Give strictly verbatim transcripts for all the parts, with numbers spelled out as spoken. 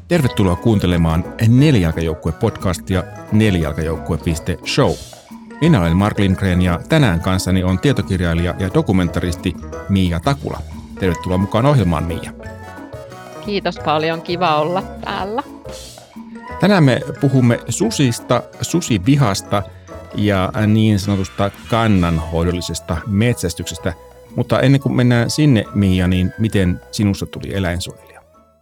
Tervetuloa kuuntelemaan Nelijalkajoukkue-podcastia nelijalkajoukkue piste show. Minä olen Mark Lindgren ja tänään kanssani on tietokirjailija ja dokumentaristi Miia Takula. Tervetuloa mukaan ohjelmaan, Miia. Kiitos paljon, kiva olla täällä. Tänään me puhumme susista, susivihasta ja niin sanotusta kannanhoidollisesta metsästyksestä. Mutta ennen kuin mennään sinne, Miia, niin miten sinusta tuli eläinsuojelija?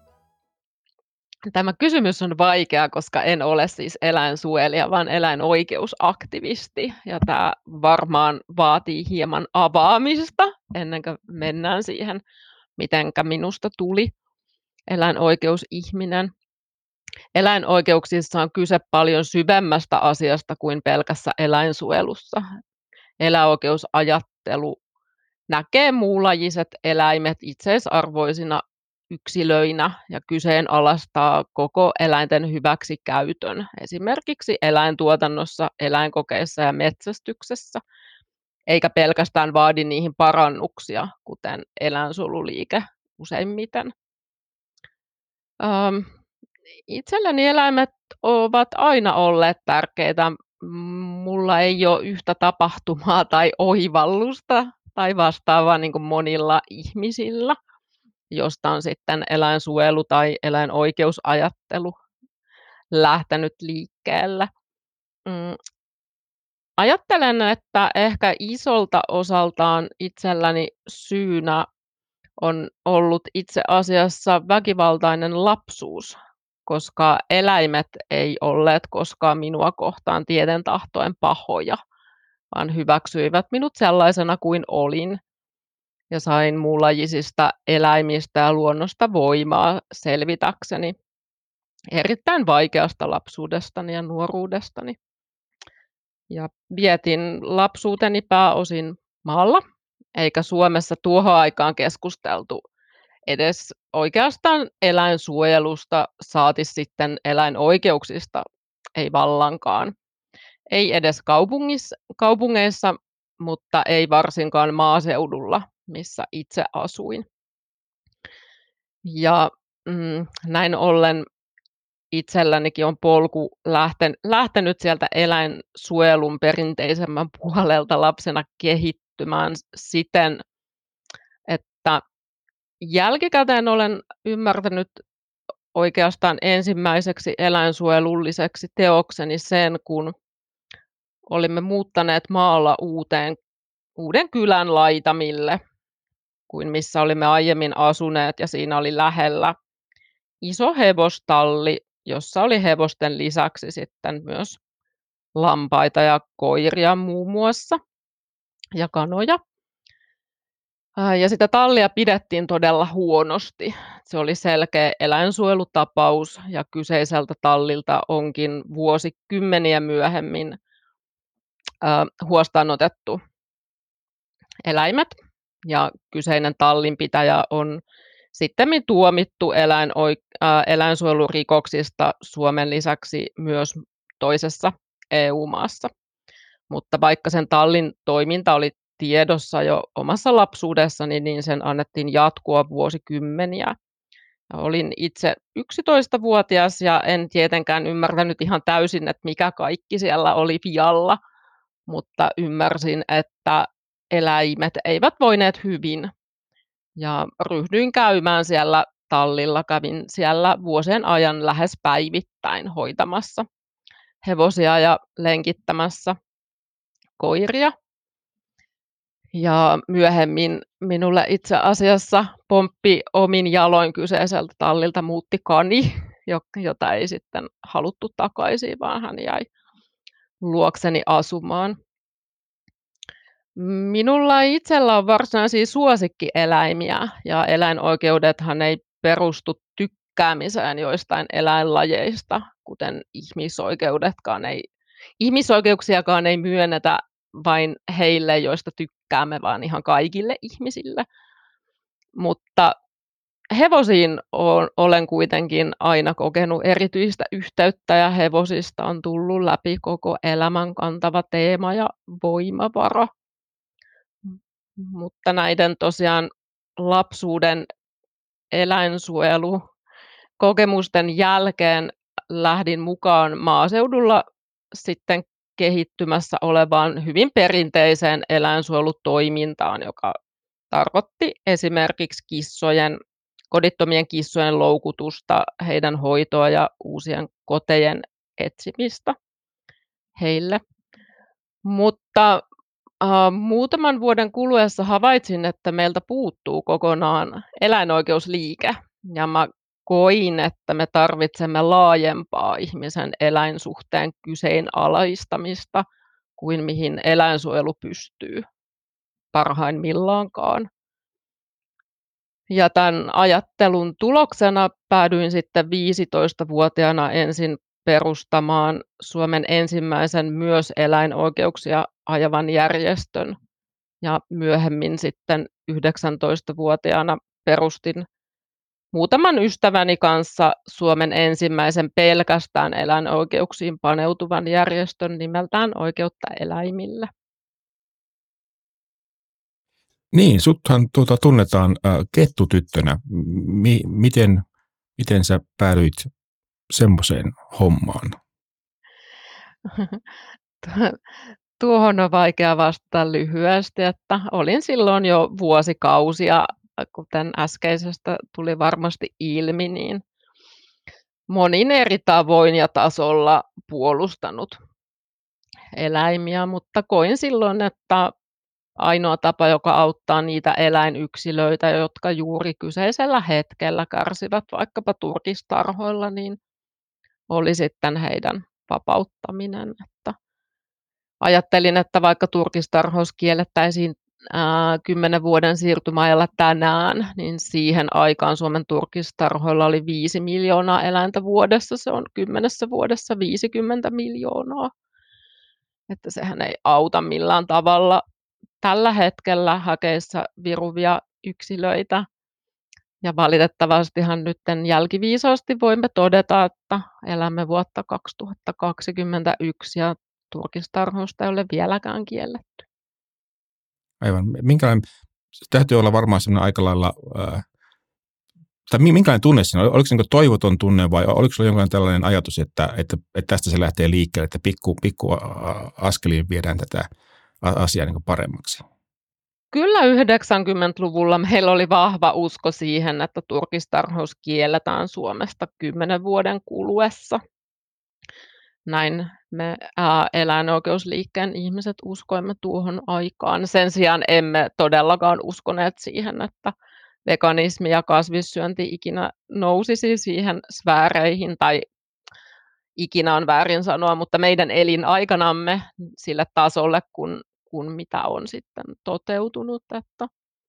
Tämä kysymys on vaikea, koska en ole siis eläinsuojelija, vaan eläinoikeusaktivisti. Ja tämä varmaan vaatii hieman avaamista ennen kuin mennään siihen, mitenkä minusta tuli eläinoikeusihminen. Eläinoikeuksissa on kyse paljon syvemmästä asiasta kuin pelkässä eläinsuojelussa. Eläinoikeusajattelu näkee muunlajiset eläimet itseisarvoisina yksilöinä ja kyseenalaistaa koko eläinten hyväksikäytön, esimerkiksi eläintuotannossa, eläinkokeissa ja metsästyksessä, eikä pelkästään vaadi niihin parannuksia, kuten eläinsuojeluliike useimmiten. Ähm, itselleni eläimet ovat aina olleet tärkeitä. Mulla ei ole yhtä tapahtumaa tai oivallusta tai vastaavaa niin kuin monilla ihmisillä, josta on sitten eläinsuojelu tai eläinoikeusajattelu lähtenyt liikkeelle. Mm. Ajattelen, että ehkä isolta osaltaan itselläni syynä on ollut itse asiassa väkivaltainen lapsuus, koska eläimet ei olleet koskaan minua kohtaan tieten tahtoen pahoja, vaan hyväksyivät minut sellaisena kuin olin. Ja sain muunlajisista eläimistä ja luonnosta voimaa selvitäkseni erittäin vaikeasta lapsuudestani ja nuoruudestani. Ja vietin lapsuuteni pääosin maalla, eikä Suomessa tuohon aikaan keskusteltu edes oikeastaan eläinsuojelusta, saati sitten eläinoikeuksista, ei vallankaan. Ei edes kaupungissa, kaupungeissa, mutta ei varsinkaan maaseudulla, missä itse asuin. Ja mm, näin ollen itsellänikin on polku lähten, lähtenyt sieltä eläinsuojelun perinteisemmän puolelta lapsena kehittymään siten, että jälkikäteen olen ymmärtänyt oikeastaan ensimmäiseksi eläinsuojelulliseksi teokseni sen, kun olimme muuttaneet maalla uuteen, uuden kylän laitamille, kuin missä olimme aiemmin asuneet, ja siinä oli lähellä iso hevostalli, jossa oli hevosten lisäksi sitten myös lampaita ja koiria muun muassa, ja kanoja. Ja sitä tallia pidettiin todella huonosti. Se oli selkeä eläinsuojelutapaus, ja kyseiseltä tallilta onkin vuosikymmeniä myöhemmin äh, huostaan otettu eläimet. Ja kyseinen tallinpitäjä on sittemmin tuomittu eläinoi- äh, eläinsuojelurikoksista Suomen lisäksi myös toisessa E U-maassa. Mutta vaikka sen tallin toiminta oli tiedossa jo omassa lapsuudessani, niin sen annettiin jatkua vuosikymmeniä. Ja olin itse yksitoistavuotias ja en tietenkään ymmärtänyt ihan täysin, että mikä kaikki siellä oli vialla, mutta ymmärsin, että eläimet eivät voineet hyvin. Ja ryhdyin käymään siellä tallilla, kävin siellä vuosien ajan lähes päivittäin hoitamassa hevosia ja lenkittämässä koiria. Ja myöhemmin minulle itse asiassa pomppi omin jaloin kyseiseltä tallilta muutti kani, jota ei sitten haluttu takaisin, vaan hän jäi luokseni asumaan. Minulla itsellä on varsinaisia suosikkieläimiä, ja eläinoikeudethan ei perustu tykkäämiseen joistain eläinlajeista, kuten ihmisoikeudetkaan ei, ihmisoikeuksiakaan ei myönnetä vain heille, joista tykkäämme, vaan ihan kaikille ihmisille. Mutta hevosiin olen kuitenkin aina kokenut erityistä yhteyttä, ja hevosista on tullut läpi koko elämän kantava teema ja voimavara. Mutta näiden tosiaan lapsuuden eläinsuojelu kokemusten jälkeen lähdin mukaan maaseudulla sitten kehittymässä olevaan hyvin perinteiseen eläinsuojelutoimintaan, joka tarkoitti esimerkiksi kissojen, kodittomien kissojen loukutusta, heidän hoitoa ja uusien kotejen etsimistä heille. Mutta äh, muutaman vuoden kuluessa havaitsin, että meiltä puuttuu kokonaan eläinoikeusliike, ja mä koin, että me tarvitsemme laajempaa ihmisen eläinsuhteen kyseenalaistamista kuin mihin eläinsuojelu pystyy parhaimmillaankaan. Ja tämän ajattelun tuloksena päädyin sitten viisitoistavuotiaana ensin perustamaan Suomen ensimmäisen myös eläinoikeuksia ajavan järjestön. Ja myöhemmin sitten yhdeksäntoistavuotiaana perustin muutaman ystäväni kanssa Suomen ensimmäisen pelkästään eläinoikeuksiin paneutuvan järjestön nimeltään Oikeutta eläimille. Niin, suthan tuota tunnetaan äh, kettutyttönä. Mi- miten, miten sä päädyit semmoiseen hommaan? Tuohon on vaikea vastata lyhyesti, että olin silloin jo vuosikausia, kuten äskeisestä tuli varmasti ilmi, niin monin eri tavoin ja tasolla puolustanut eläimiä, mutta koin silloin, että ainoa tapa, joka auttaa niitä eläinyksilöitä, jotka juuri kyseisellä hetkellä kärsivät vaikkapa turkistarhoilla, niin oli sitten heidän vapauttaminen. Että ajattelin, että vaikka turkistarhaus kiellettäisiin ää, kymmenen vuoden siirtymäajalla tänään, niin siihen aikaan Suomen turkistarhoilla oli viisi miljoonaa eläintä vuodessa. Se on kymmenessä vuodessa viisikymmentä miljoonaa. Että sehän ei auta millään tavalla tällä hetkellä hakeessa viruvia yksilöitä. Ja valitettavastihan nyt jälkiviisaasti voimme todeta, että elämme vuotta kaksituhattakaksikymmentäyksi ja turkistarhausta ei ole vieläkään kielletty. Aivan. Minkälainen, täytyy olla varmaan sellainen aika lailla, ää, tai minkälainen tunne siinä? Oliko se niin toivoton tunne vai oliko se jonkinlainen tällainen ajatus, että, että, että tästä se lähtee liikkeelle, että pikku, pikku askeliin viedään tätä asiaa niin paremmaksi? Kyllä yhdeksänkymmentäluvulla meillä oli vahva usko siihen, että turkistarhaus kielletään Suomesta kymmenen vuoden kuluessa. Näin me ää, eläinoikeusliikkeen ihmiset uskoimme tuohon aikaan. Sen sijaan emme todellakaan uskoneet siihen, että veganismi ja kasvissyönti ikinä nousisi siihen sfääreihin, tai ikinä on väärin sanoa, mutta meidän elinaikanamme sille tasolle, kun, kun mitä on sitten toteutunut. Että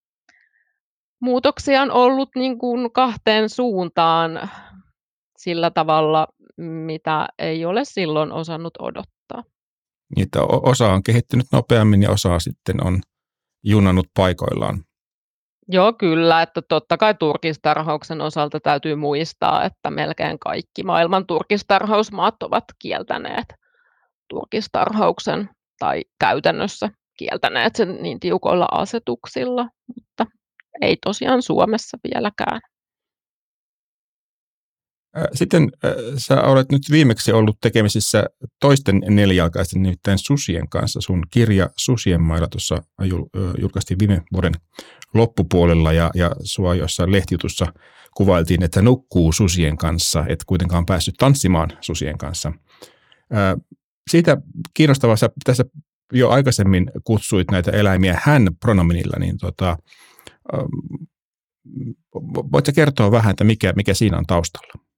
muutoksia on ollut niin kuin kahteen suuntaan sillä tavalla, mitä ei ole silloin osannut odottaa. Niin, että osa on kehittynyt nopeammin ja osa sitten on junannut paikoillaan. Joo, kyllä, että totta kai turkistarhauksen osalta täytyy muistaa, että melkein kaikki maailman turkistarhausmaat ovat kieltäneet turkistarhauksen tai käytännössä kieltäneet sen niin tiukoilla asetuksilla, mutta ei tosiaan Suomessa vieläkään. Sitten sä olet nyt viimeksi ollut tekemisissä toisten nelijalkaisten, nimittäin susien kanssa. Sun kirja Susien mailla tuossa julkaistiin viime vuoden loppupuolella ja, ja sua jossain lehtijutussa kuvailtiin, että nukkuu susien kanssa, et kuitenkaan päässyt tanssimaan susien kanssa. Siitä kiinnostavaa, sä tässä jo aikaisemmin kutsuit näitä eläimiä hän-pronominilla, niin tota, voitko kertoa vähän, että mikä, mikä siinä on taustalla?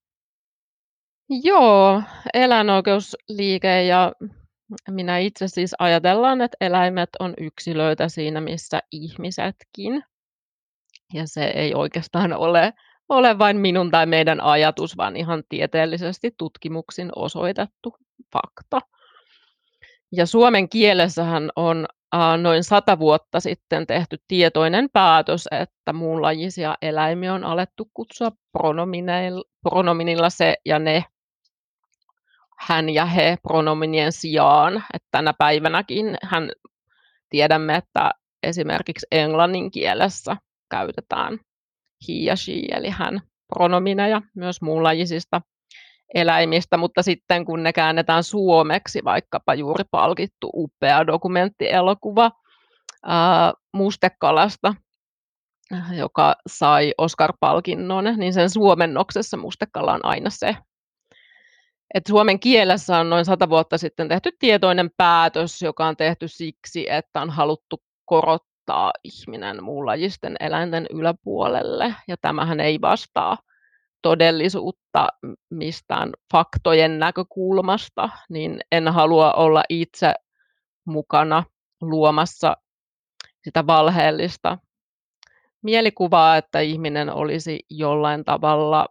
Joo, eläinoikeusliike ja minä itse siis ajatellaan, että eläimet on yksilöitä siinä, missä ihmisetkin. Ja se ei oikeastaan ole, ole vain minun tai meidän ajatus, vaan ihan tieteellisesti tutkimuksin osoitettu fakta. Ja suomen kielessähän on äh, noin sata vuotta sitten tehty tietoinen päätös, että muunlajisia eläimiä on alettu kutsua pronominilla, pronominilla se ja ne, hän ja he pronominien sijaan. Että tänä päivänäkin hän, tiedämme, että esimerkiksi englannin kielessä käytetään he ja she, eli hän pronomineja myös muunlajisista eläimistä, mutta sitten kun ne käännetään suomeksi, vaikkapa juuri palkittu upea dokumenttielokuva ää, mustekalasta, joka sai Oscar-palkinnon, niin sen suomennoksessa mustekala on aina se. Et suomen kielessä on noin sata vuotta sitten tehty tietoinen päätös, joka on tehty siksi, että on haluttu korottaa ihminen muunlajisten eläinten yläpuolelle, ja tämähän ei vastaa todellisuutta mistään faktojen näkökulmasta, niin en halua olla itse mukana luomassa sitä valheellista mielikuvaa, että ihminen olisi jollain tavalla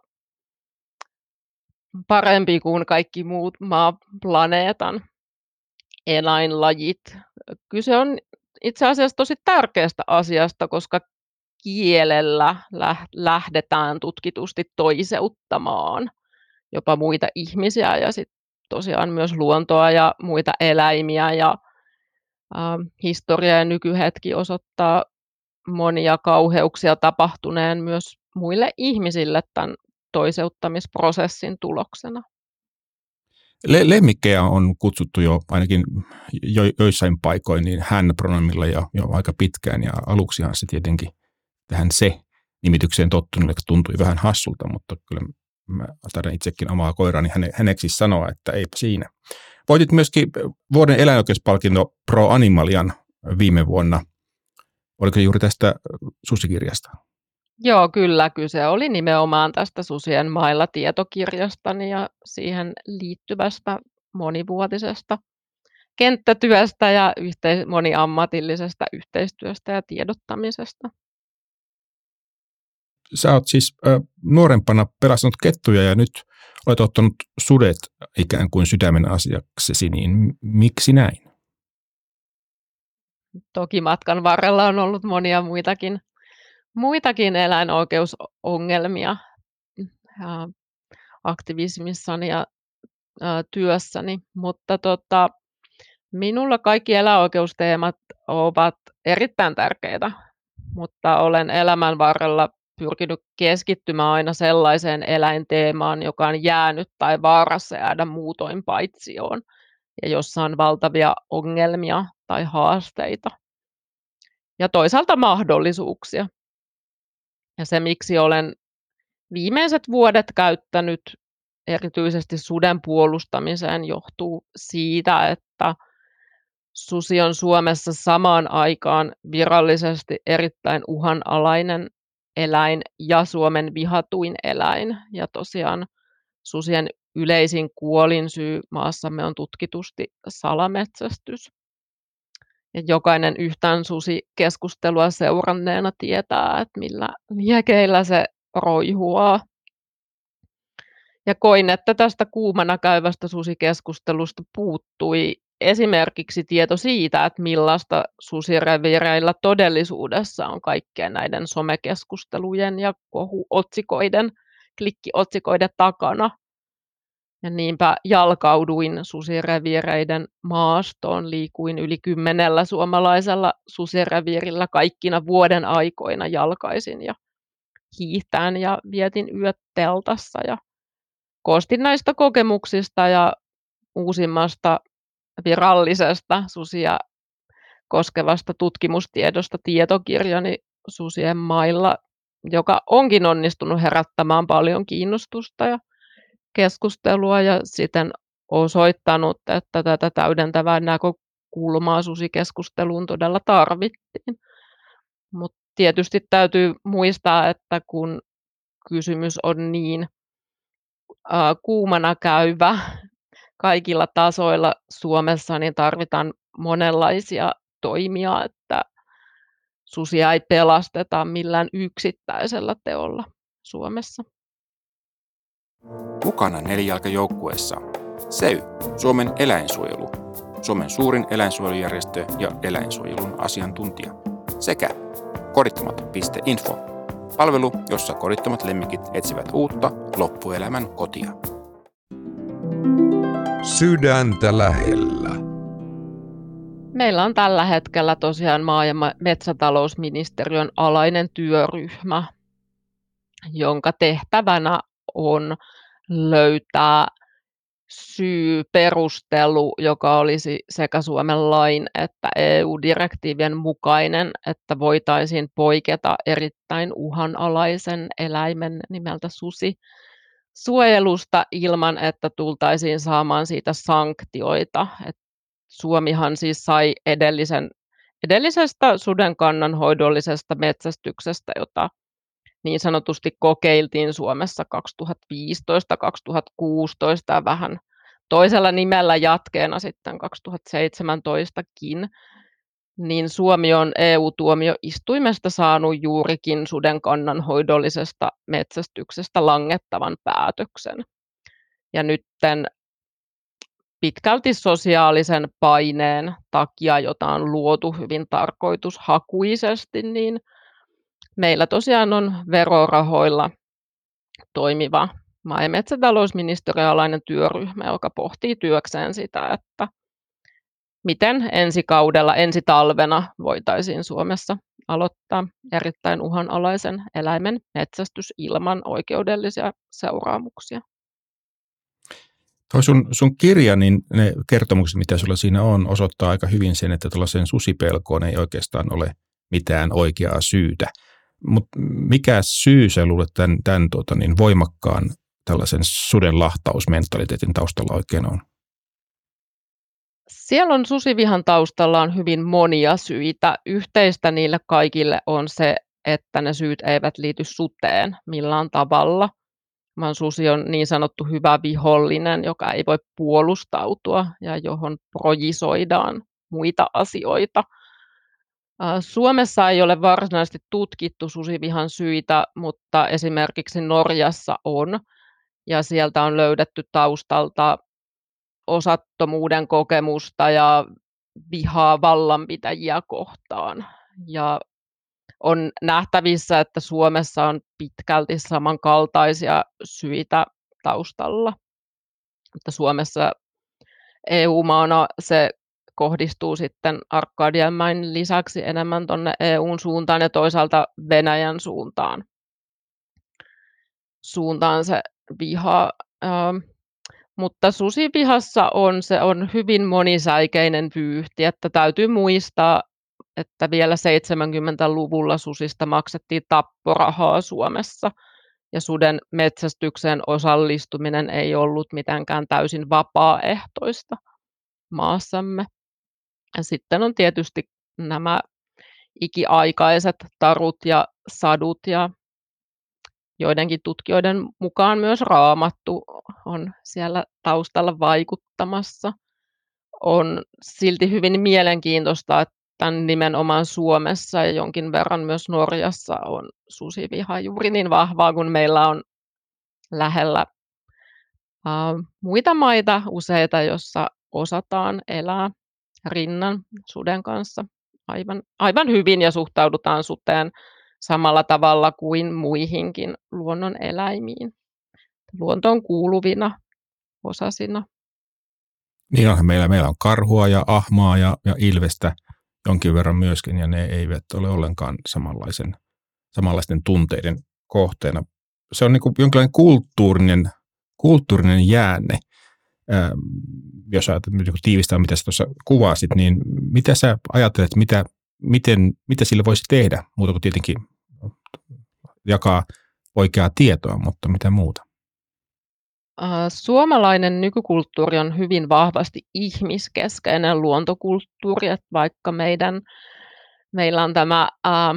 parempi kuin kaikki muut maaplaneetan eläinlajit. Kyse on itse asiassa tosi tärkeästä asiasta, koska kielellä lähdetään tutkitusti toiseuttamaan jopa muita ihmisiä ja sit tosiaan myös luontoa ja muita eläimiä. Ja äh, historia ja nykyhetki osoittaa monia kauheuksia tapahtuneen myös muille ihmisille tämän toiseuttamisprosessin tuloksena. Le- lemmikkejä on kutsuttu jo ainakin jo- joissain paikoin niin hän-pronomilla jo, jo aika pitkään, ja aluksihan se tietenkin tähän se-nimitykseen tottunut, joka tuntui vähän hassulta, mutta kyllä mä taidan itsekin omaa koiraani häne, häneksi sanoa, että eipä siinä. Voitit myöskin vuoden eläinoikeuspalkinto Pro Animalian viime vuonna. Oliko juuri tästä susikirjasta? Joo, kyllä. Kyse oli nimenomaan tästä Susien mailla -tietokirjastani ja siihen liittyvästä monivuotisesta kenttätyöstä ja yhteis- moniammatillisesta yhteistyöstä ja tiedottamisesta. Sä oot siis äh, nuorempana pelastanut kettuja ja nyt olet ottanut sudet ikään kuin sydämen asiaksesi, niin miksi näin? Toki matkan varrella on ollut monia muitakin, muitakin eläinoikeusongelmia ää, aktivismissani ja ää, työssäni, mutta tota, minulla kaikki eläinoikeusteemat ovat erittäin tärkeitä, mutta olen elämän varrella pyrkinyt keskittymään aina sellaiseen eläinteemaan, joka on jäänyt tai vaarassa jäädä muutoin paitsioon ja jossa on valtavia ongelmia tai haasteita ja toisaalta mahdollisuuksia. Ja se, miksi olen viimeiset vuodet käyttänyt erityisesti suden puolustamiseen, johtuu siitä, että susi on Suomessa samaan aikaan virallisesti erittäin uhanalainen eläin ja Suomen vihatuin eläin. Ja tosiaan susien yleisin kuolinsyy maassamme on tutkitusti salametsästys. Ja jokainen yhtään susikeskustelua seuranneena tietää, että millä liekeillä se roihuaa. Ja koin, että tästä kuumana käyvästä susikeskustelusta puuttui esimerkiksi tieto siitä, että millaista susireviireillä todellisuudessa on kaikkien näiden somekeskustelujen ja kohuotsikoiden, klikkiotsikoiden takana. Ja niinpä jalkauduin susireviireiden maastoon, liikuin yli kymmenellä suomalaisella susireviirillä kaikkina vuoden aikoina jalkaisin ja hiihtään ja vietin yöt teltassa ja koostin näistä kokemuksista ja uusimmasta virallisesta susia koskevasta tutkimustiedosta tietokirjani Susien mailla, joka onkin onnistunut herättämään paljon kiinnostusta ja keskustelua ja siten osoittanut, että tätä täydentävää näkökulmaa susikeskusteluun todella tarvittiin. Mutta tietysti täytyy muistaa, että kun kysymys on niin ää, kuumana käyvä kaikilla tasoilla Suomessa, niin tarvitaan monenlaisia toimia, että susia ei pelasteta millään yksittäisellä teolla Suomessa. Mukana nelijalkajoukkueessa S E Y, Suomen eläinsuojelu, Suomen suurin eläinsuojelujärjestö ja eläinsuojelun asiantuntija, sekä kodittomat piste info, palvelu, jossa kodittomat lemmikit etsivät uutta loppuelämän kotia. Sydäntä lähellä. Meillä on tällä hetkellä tosiaan maa- ja metsätalousministeriön alainen työryhmä, jonka tehtävänä on löytää syy, perustelu, joka olisi sekä Suomen lain että E U-direktiivien mukainen, että voitaisiin poiketa erittäin uhanalaisen eläimen nimeltä susi suojelusta ilman, että tultaisiin saamaan siitä sanktioita. Et Suomihan siis sai edellisen, edellisestä suden kannanhoidollisesta metsästyksestä, jota niin sanotusti kokeiltiin Suomessa kaksituhattaviisitoista kaksituhattakuusitoista ja vähän toisella nimellä jatkeena sitten kaksituhattaseitsemäntoistakin, niin Suomi on E U-tuomioistuimesta saanut juurikin suden kannanhoidollisesta metsästyksestä langettavan päätöksen. Ja nytten pitkälti sosiaalisen paineen takia, jota on luotu hyvin tarkoitushakuisesti, niin meillä tosiaan on verorahoilla toimiva maa- ja metsätalousministeriön alainen työryhmä, joka pohtii työkseen sitä, että miten ensi kaudella, ensi talvena voitaisiin Suomessa aloittaa erittäin uhanalaisen eläimen metsästys ilman oikeudellisia seuraamuksia. Toi sun, sun kirja, niin ne kertomukset, mitä sulla siinä on, osoittaa aika hyvin sen, että tuollaiseen susipelkoon ei oikeastaan ole mitään oikeaa syytä. Mutta mikä syy sä luulet tämän, tämän tuota, niin voimakkaan tällaisen suden lahtausmentaliteetin taustalla oikein on? Siellä on susivihan taustalla on hyvin monia syitä. Yhteistä niille kaikille on se, että ne syyt eivät liity suteen millään tavalla, vaan susi on niin sanottu hyvä vihollinen, joka ei voi puolustautua ja johon projisoidaan muita asioita. Suomessa ei ole varsinaisesti tutkittu susivihan syitä, mutta esimerkiksi Norjassa on, ja sieltä on löydetty taustalta osattomuuden kokemusta ja vihaa vallanpitäjiä kohtaan. Ja on nähtävissä, että Suomessa on pitkälti samankaltaisia syitä taustalla. Mutta Suomessa E U-maana se kohdistuu sitten Arkadianmäen lisäksi enemmän tuonne E U:n suuntaan ja toisaalta Venäjän suuntaan, suuntaan se viha. Ähm, mutta susivihassa on, se on hyvin monisäikeinen vyyhti, että täytyy muistaa, että vielä seitsemänkymmentäluvulla susista maksettiin tapporahaa Suomessa ja suden metsästykseen osallistuminen ei ollut mitenkään täysin vapaaehtoista maassamme. Ja sitten on tietysti nämä ikiaikaiset tarut ja sadut ja joidenkin tutkijoiden mukaan myös Raamattu on siellä taustalla vaikuttamassa. On silti hyvin mielenkiintoista, että nimenomaan Suomessa ja jonkin verran myös Norjassa on susiviha juuri niin vahvaa, kun meillä on lähellä uh, muita maita useita, joissa osataan elää rinnan suden kanssa aivan, aivan hyvin ja suhtaudutaan suteen samalla tavalla kuin muihinkin luonnon eläimiin, luontoon kuuluvina osasina. Niin onhan meillä, meillä on karhua ja ahmaa ja, ja ilvestä jonkin verran myöskin, ja ne eivät ole ollenkaan samanlaisen, samanlaisten tunteiden kohteena. Se on niin kuin jonkinlainen kulttuurinen, kulttuurinen jäänne. Ää, jos ajattelet tiivistää, mitä sä tuossa kuvasit, niin mitä sä ajattelet, mitä, miten, mitä sille voisi tehdä, muuta kuin tietenkin jakaa oikeaa tietoa, mutta mitä muuta? Suomalainen nykykulttuuri on hyvin vahvasti ihmiskeskeinen luontokulttuuri, että vaikka meidän, meillä on tämä ää,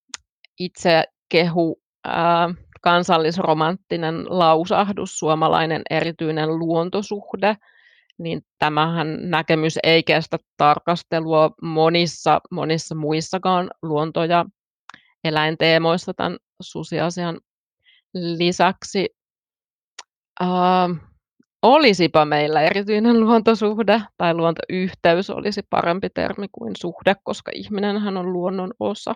itsekehu, ää, kansallisromanttinen lausahdus, suomalainen erityinen luontosuhde, niin tämähän näkemys ei kestä tarkastelua monissa, monissa muissakaan luonto- ja eläinteemoissa tämän susiasian lisäksi. Uh, olisipa meillä erityinen luontosuhde tai luontoyhteys olisi parempi termi kuin suhde, koska ihminenhän on luonnon osa.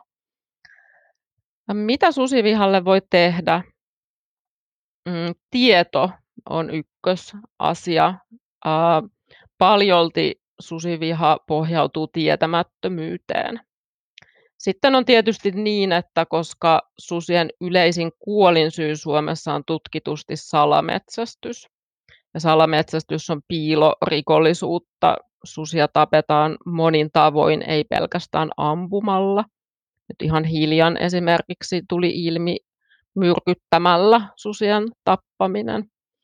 Ja mitä susivihalle voi tehdä? Mm, tieto on ykkösasia. Uh, paljolti susiviha pohjautuu tietämättömyyteen. Sitten on tietysti niin, että koska susien yleisin kuolinsyy Suomessa on tutkitusti salametsästys, ja salametsästys on piilorikollisuutta, susia tapetaan monin tavoin, ei pelkästään ampumalla. Nyt ihan hiljan esimerkiksi tuli ilmi myrkyttämällä susien tappaminen.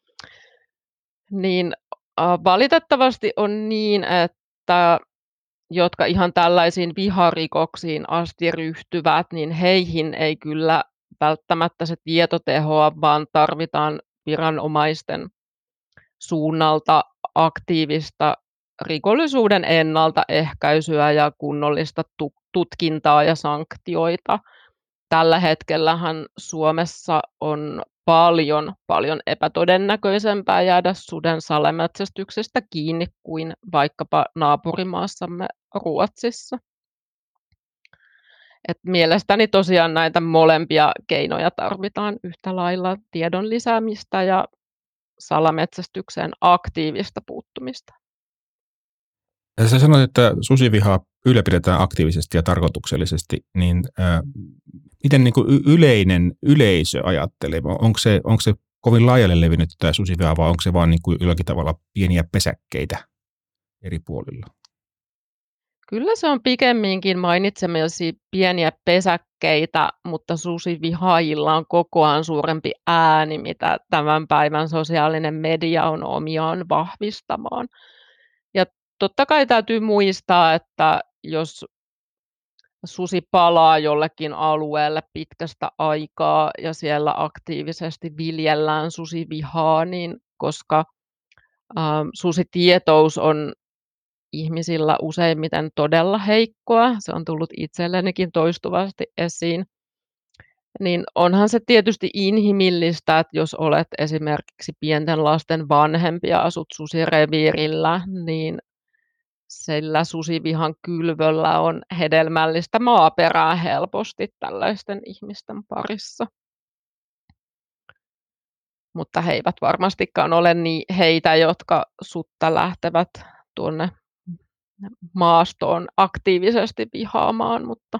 Niin äh, valitettavasti on niin, että jotka ihan tällaisiin viharikoksiin asti ryhtyvät, niin heihin ei kyllä välttämättä se tieto tehoa, vaan tarvitaan viranomaisten suunnalta aktiivista rikollisuuden ennaltaehkäisyä ja kunnollista tu- tutkintaa ja sanktioita. Tällä hetkellähän Suomessa on paljon, paljon epätodennäköisempää jäädä suden salametsästyksestä kiinni kuin vaikkapa naapurimaassamme Ruotsissa. Et mielestäni tosiaan näitä molempia keinoja tarvitaan yhtä lailla, tiedon lisäämistä ja salametsästykseen aktiivista puuttumista. Ja sä sanoit, että susivihaa ylläpidetään aktiivisesti ja tarkoituksellisesti, niin ää, miten niin kuin yleinen yleisö ajattelee? Onko se, onko se kovin laajalle levinnyt tämä susiviha vai onko se vaan niin kuin jollakin tavalla pieniä pesäkkeitä eri puolilla? Kyllä se on pikemminkin mainitsemasi pieniä pesäkkeitä, mutta susivihaajilla on kokoaan suurempi ääni, mitä tämän päivän sosiaalinen media on omiaan vahvistamaan. Ja totta kai täytyy muistaa, että jos susi palaa jollekin alueelle pitkästä aikaa ja siellä aktiivisesti viljellään susivihaa, niin koska ä, susitietous on ihmisillä useimmiten todella heikkoa, se on tullut itsellenikin toistuvasti esiin, niin onhan se tietysti inhimillistä, että jos olet esimerkiksi pienten lasten vanhempi ja asut susireviirillä, niin sillä susivihan kylvöllä on hedelmällistä maaperää helposti tällaisten ihmisten parissa. Mutta he eivät varmastikaan ole niin heitä, jotka sutta lähtevät tuonne maastoon aktiivisesti vihaamaan, mutta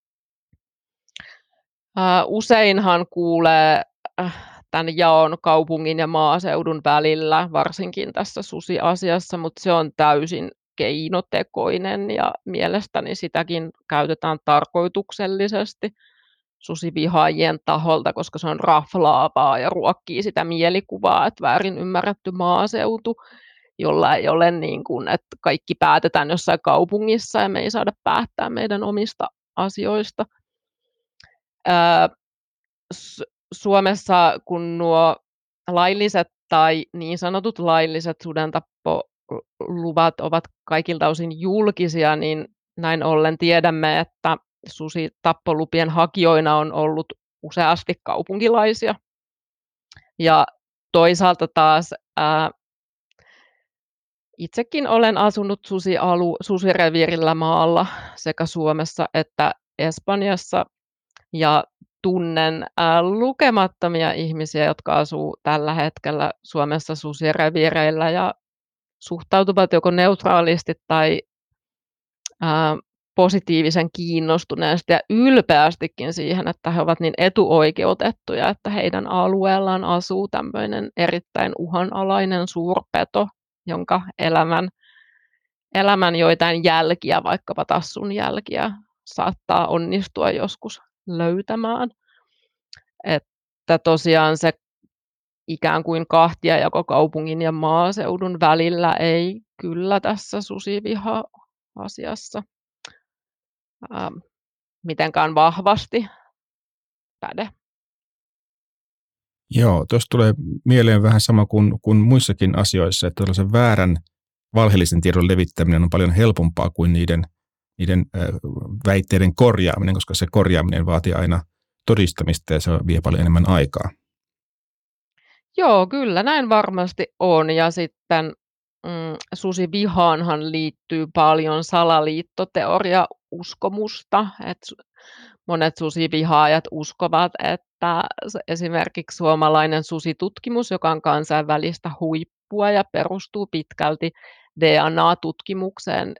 ää, useinhan kuulee äh, tämän jaon kaupungin ja maaseudun välillä, varsinkin tässä susiasiassa, mutta se on täysin keinotekoinen ja mielestäni sitäkin käytetään tarkoituksellisesti susivihaajien taholta, koska se on raflaavaa ja ruokkii sitä mielikuvaa, että väärin ymmärretty maaseutu, jolla ei ole niin kuin, että kaikki päätetään jossain kaupungissa ja me ei saada päättää meidän omista asioista. Ää, Suomessa, kun nuo lailliset tai niin sanotut lailliset sudentappoluvat ovat kaikilta osin julkisia, niin näin ollen tiedämme, että susitappolupien hakijoina on ollut useasti kaupunkilaisia. Ja toisaalta taas ää, itsekin olen asunut susialu, susireviirillä maalla sekä Suomessa että Espanjassa ja tunnen ää, lukemattomia ihmisiä, jotka asuu tällä hetkellä Suomessa susireviireillä ja suhtautuvat joko neutraalisti tai ää, positiivisen kiinnostuneesti ja ylpeästikin siihen, että he ovat niin etuoikeutettuja, että heidän alueellaan asuu tämmöinen erittäin uhanalainen suurpeto, jonka elämän, elämän joitain jälkiä, vaikkapa tassun jälkiä, saattaa onnistua joskus löytämään. Että tosiaan se ikään kuin kahtiajako kaupungin ja maaseudun välillä ei kyllä tässä susiviha-asiassa ää, mitenkään vahvasti päde. Joo, tuossa tulee mieleen vähän sama kuin, kuin muissakin asioissa, että tällaisen väärän valheellisen tiedon levittäminen on paljon helpompaa kuin niiden, niiden äh, väitteiden korjaaminen, koska se korjaaminen vaatii aina todistamista ja se vie paljon enemmän aikaa. Joo, kyllä näin varmasti on. Ja sitten mm, susivihaanhan liittyy paljon salaliittoteoria-uskomusta. Et monet susivihaajat uskovat, että esimerkiksi suomalainen susitutkimus, joka on kansainvälistä huippua ja perustuu pitkälti D N A-tutkimukseen,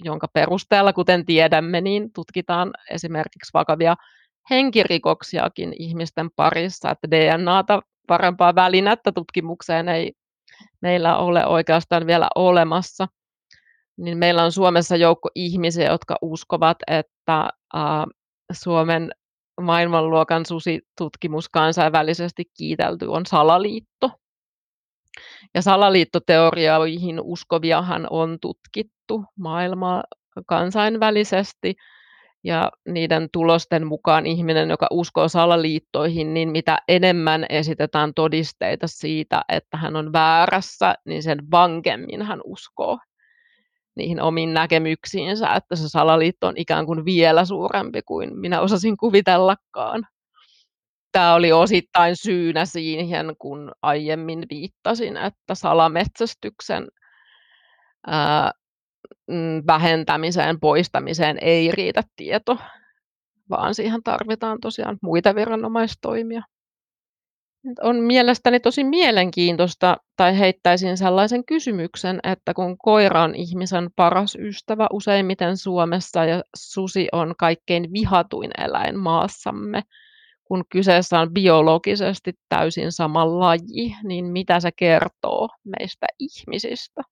jonka perusteella, kuten tiedämme, niin tutkitaan esimerkiksi vakavia henkirikoksiakin ihmisten parissa, että D N A:ta parempaa välinettä tutkimukseen ei meillä ole oikeastaan vielä olemassa. Niin meillä on Suomessa joukko ihmisiä, jotka uskovat, että äh, Suomen maailmanluokan susitutkimus kansainvälisesti kiitelty on salaliitto. Ja salaliittoteorioihin uskoviahan on tutkittu maailmaa kansainvälisesti. Ja niiden tulosten mukaan ihminen, joka uskoo salaliittoihin, niin mitä enemmän esitetään todisteita siitä, että hän on väärässä, niin sen vankemmin hän uskoo niihin omiin näkemyksiinsä, että se salaliitto on ikään kuin vielä suurempi kuin minä osasin kuvitellakaan. Tämä oli osittain syynä siihen, kun aiemmin viittasin, että salametsästyksen ää, vähentämiseen, poistamiseen ei riitä tieto, vaan siihen tarvitaan tosiaan muita viranomaistoimia. On mielestäni tosi mielenkiintoista, tai heittäisin sellaisen kysymyksen, että kun koira on ihmisen paras ystävä useimmiten Suomessa ja susi on kaikkein vihatuin eläin maassamme, kun kyseessä on biologisesti täysin sama laji, niin mitä se kertoo meistä ihmisistä?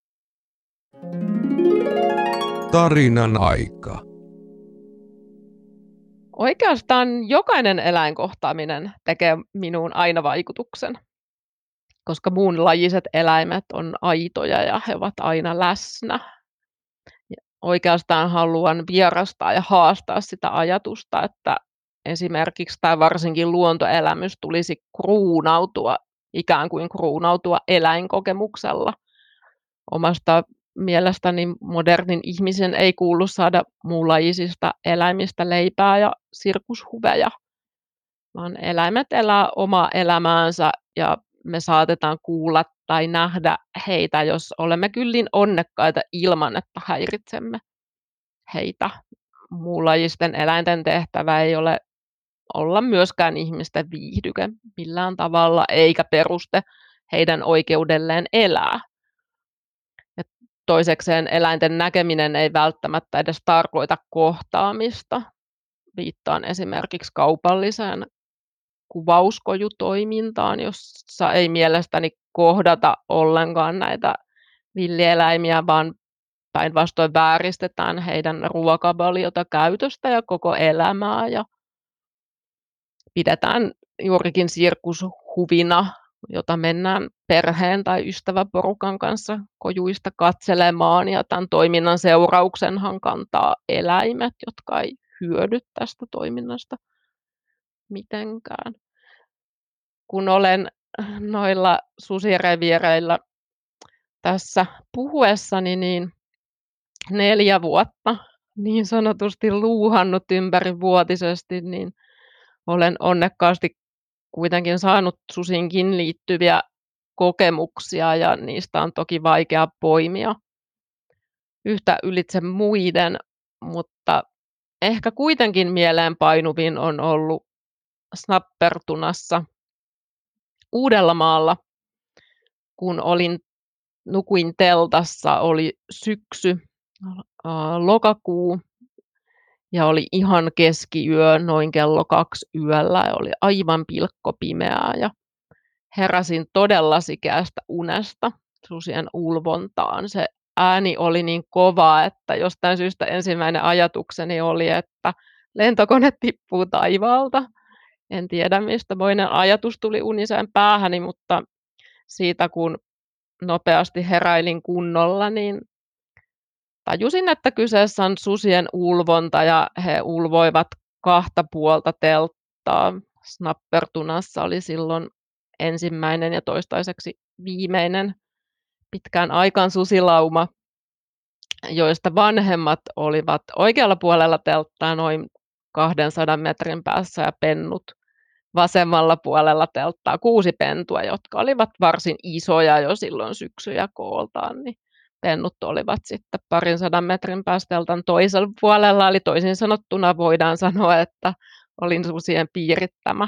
Tarinan aika. Oikeastaan jokainen eläinkohtaaminen tekee minuun aina vaikutuksen, koska muunlajiset eläimet on aitoja ja he ovat aina läsnä. Ja oikeastaan haluan vierastaa ja haastaa sitä ajatusta, että esimerkiksi tai varsinkin luontoelämys tulisi kruunautua, ikään kuin kruunautua eläinkokemuksella. Omasta mielestäni modernin ihmisen ei kuulu saada muunlajisista eläimistä leipää ja sirkushuveja, vaan eläimet elää omaa elämäänsä ja me saatetaan kuulla tai nähdä heitä, jos olemme kyllin onnekkaita ilman, että häiritsemme heitä. Muunlajisten eläinten tehtävä ei ole olla myöskään ihmisten viihdyke millään tavalla, eikä peruste heidän oikeudelleen elää. Ja toisekseen eläinten näkeminen ei välttämättä edes tarkoita kohtaamista. Viittaan esimerkiksi kaupalliseen kuvauskojutoimintaan, jossa ei mielestäni kohdata ollenkaan näitä villieläimiä, vaan päinvastoin vääristetään heidän ruokavaliota, käytöstä ja koko elämää ja pidetään juurikin sirkushuvina, jota mennään perheen tai ystäväporukan kanssa kojuista katselemaan ja tämän toiminnan seurauksenhan kantaa eläimet, jotka ei hyödy tästä toiminnasta mitenkään. Kun olen noilla susireviireillä tässä puhuessani niin neljä vuotta niin sanotusti luuhannut ympärivuotisesti, niin olen onnekkaasti kuitenkin saanut susiinkin liittyviä kokemuksia ja niistä on toki vaikea poimia yhtä ylitse muiden, mutta ehkä kuitenkin mieleenpainuvin on ollut snappertunassa Uudellamaalla, kun olin, nukuin teltassa, oli syksy, lokakuu ja oli ihan keskiyö, noin kello kaksi yöllä ja oli aivan pilkkopimeää ja heräsin todella sikeästä unesta susien ulvontaan. Se ääni oli niin kova, että jostain syystä ensimmäinen ajatukseni oli, että lentokone tippuu taivaalta. En tiedä, mistä moinen ajatus tuli uniseen päähäni, mutta siitä kun nopeasti heräilin kunnolla, niin tajusin, että kyseessä on susien ulvonta ja he ulvoivat kahta puolta telttaa. Snappertunassa oli silloin ensimmäinen ja toistaiseksi viimeinen pitkään aikaan susilauma, joista vanhemmat olivat oikealla puolella telttaa noin kahdensadan metrin päässä ja pennut vasemmalla puolella telttaa kuusi pentua, jotka olivat varsin isoja jo silloin syksyjä kooltaan, niin pennut olivat sitten parin sadan metrin päästä teltan toisella puolella, eli toisin sanottuna voidaan sanoa, että olin susien piirittämä.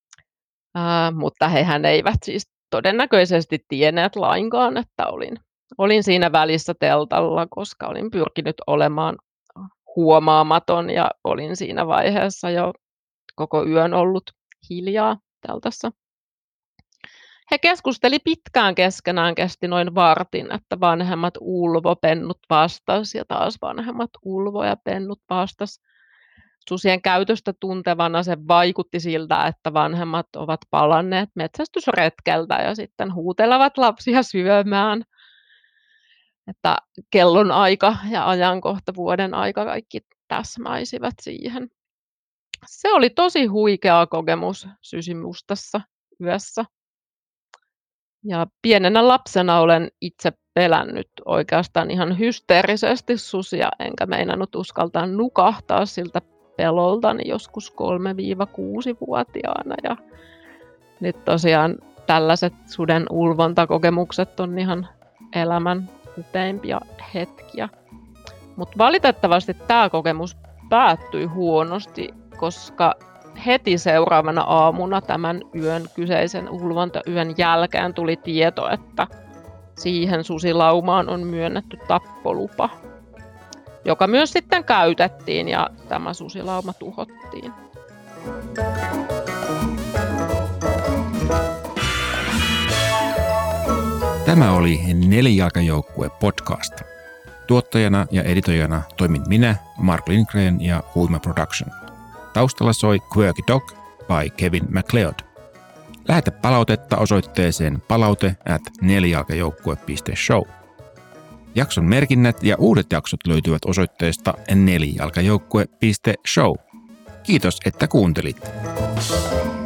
Uh, mutta hehän eivät siis todennäköisesti tienneet lainkaan, että olin, olin siinä välissä teltalla, koska olin pyrkinyt olemaan huomaamaton ja olin siinä vaiheessa jo koko yön ollut hiljaa teltassa. He keskusteli pitkään keskenään, kesti noin vartin, että vanhemmat ulvo, pennut vastas ja taas vanhemmat ulvo ja pennut vastas. Susien käytöstä tuntevana se vaikutti siltä, että vanhemmat ovat palanneet metsästysretkeltä ja sitten huutelevat lapsia syömään. Että kellon aika ja ajankohta, vuoden aika, kaikki täsmäisivät siihen. Se oli tosi huikea kokemus sysimustassa yössä. Ja pienenä lapsena olen itse pelännyt oikeastaan ihan hysteerisesti susia, enkä meinannut uskaltaa nukahtaa siltä peloltani joskus kolme-kuusi-vuotiaana. Ja nyt tosiaan tällaiset suden ulvontakokemukset on ihan elämän upeimpia hetkiä. Mutta valitettavasti tämä kokemus päättyi huonosti, koska heti seuraavana aamuna tämän yön, kyseisen ulvontayön jälkeen tuli tieto, että siihen susilaumaan on myönnetty tappolupa, joka myös sitten käytettiin ja tämä susilauma tuhottiin. Tämä oli Nelijalkajoukkue podcast. Tuottajana ja editoijana toimin minä, Mark Lindgren ja Huima Production. Taustalla soi Quirky Dog by Kevin MacLeod. Lähetä palautetta osoitteeseen palaute at nelijalkajoukkue piste show. Jakson merkinnät ja uudet jaksot löytyvät osoitteesta nelijalkajoukkue piste show. Kiitos, että kuuntelit.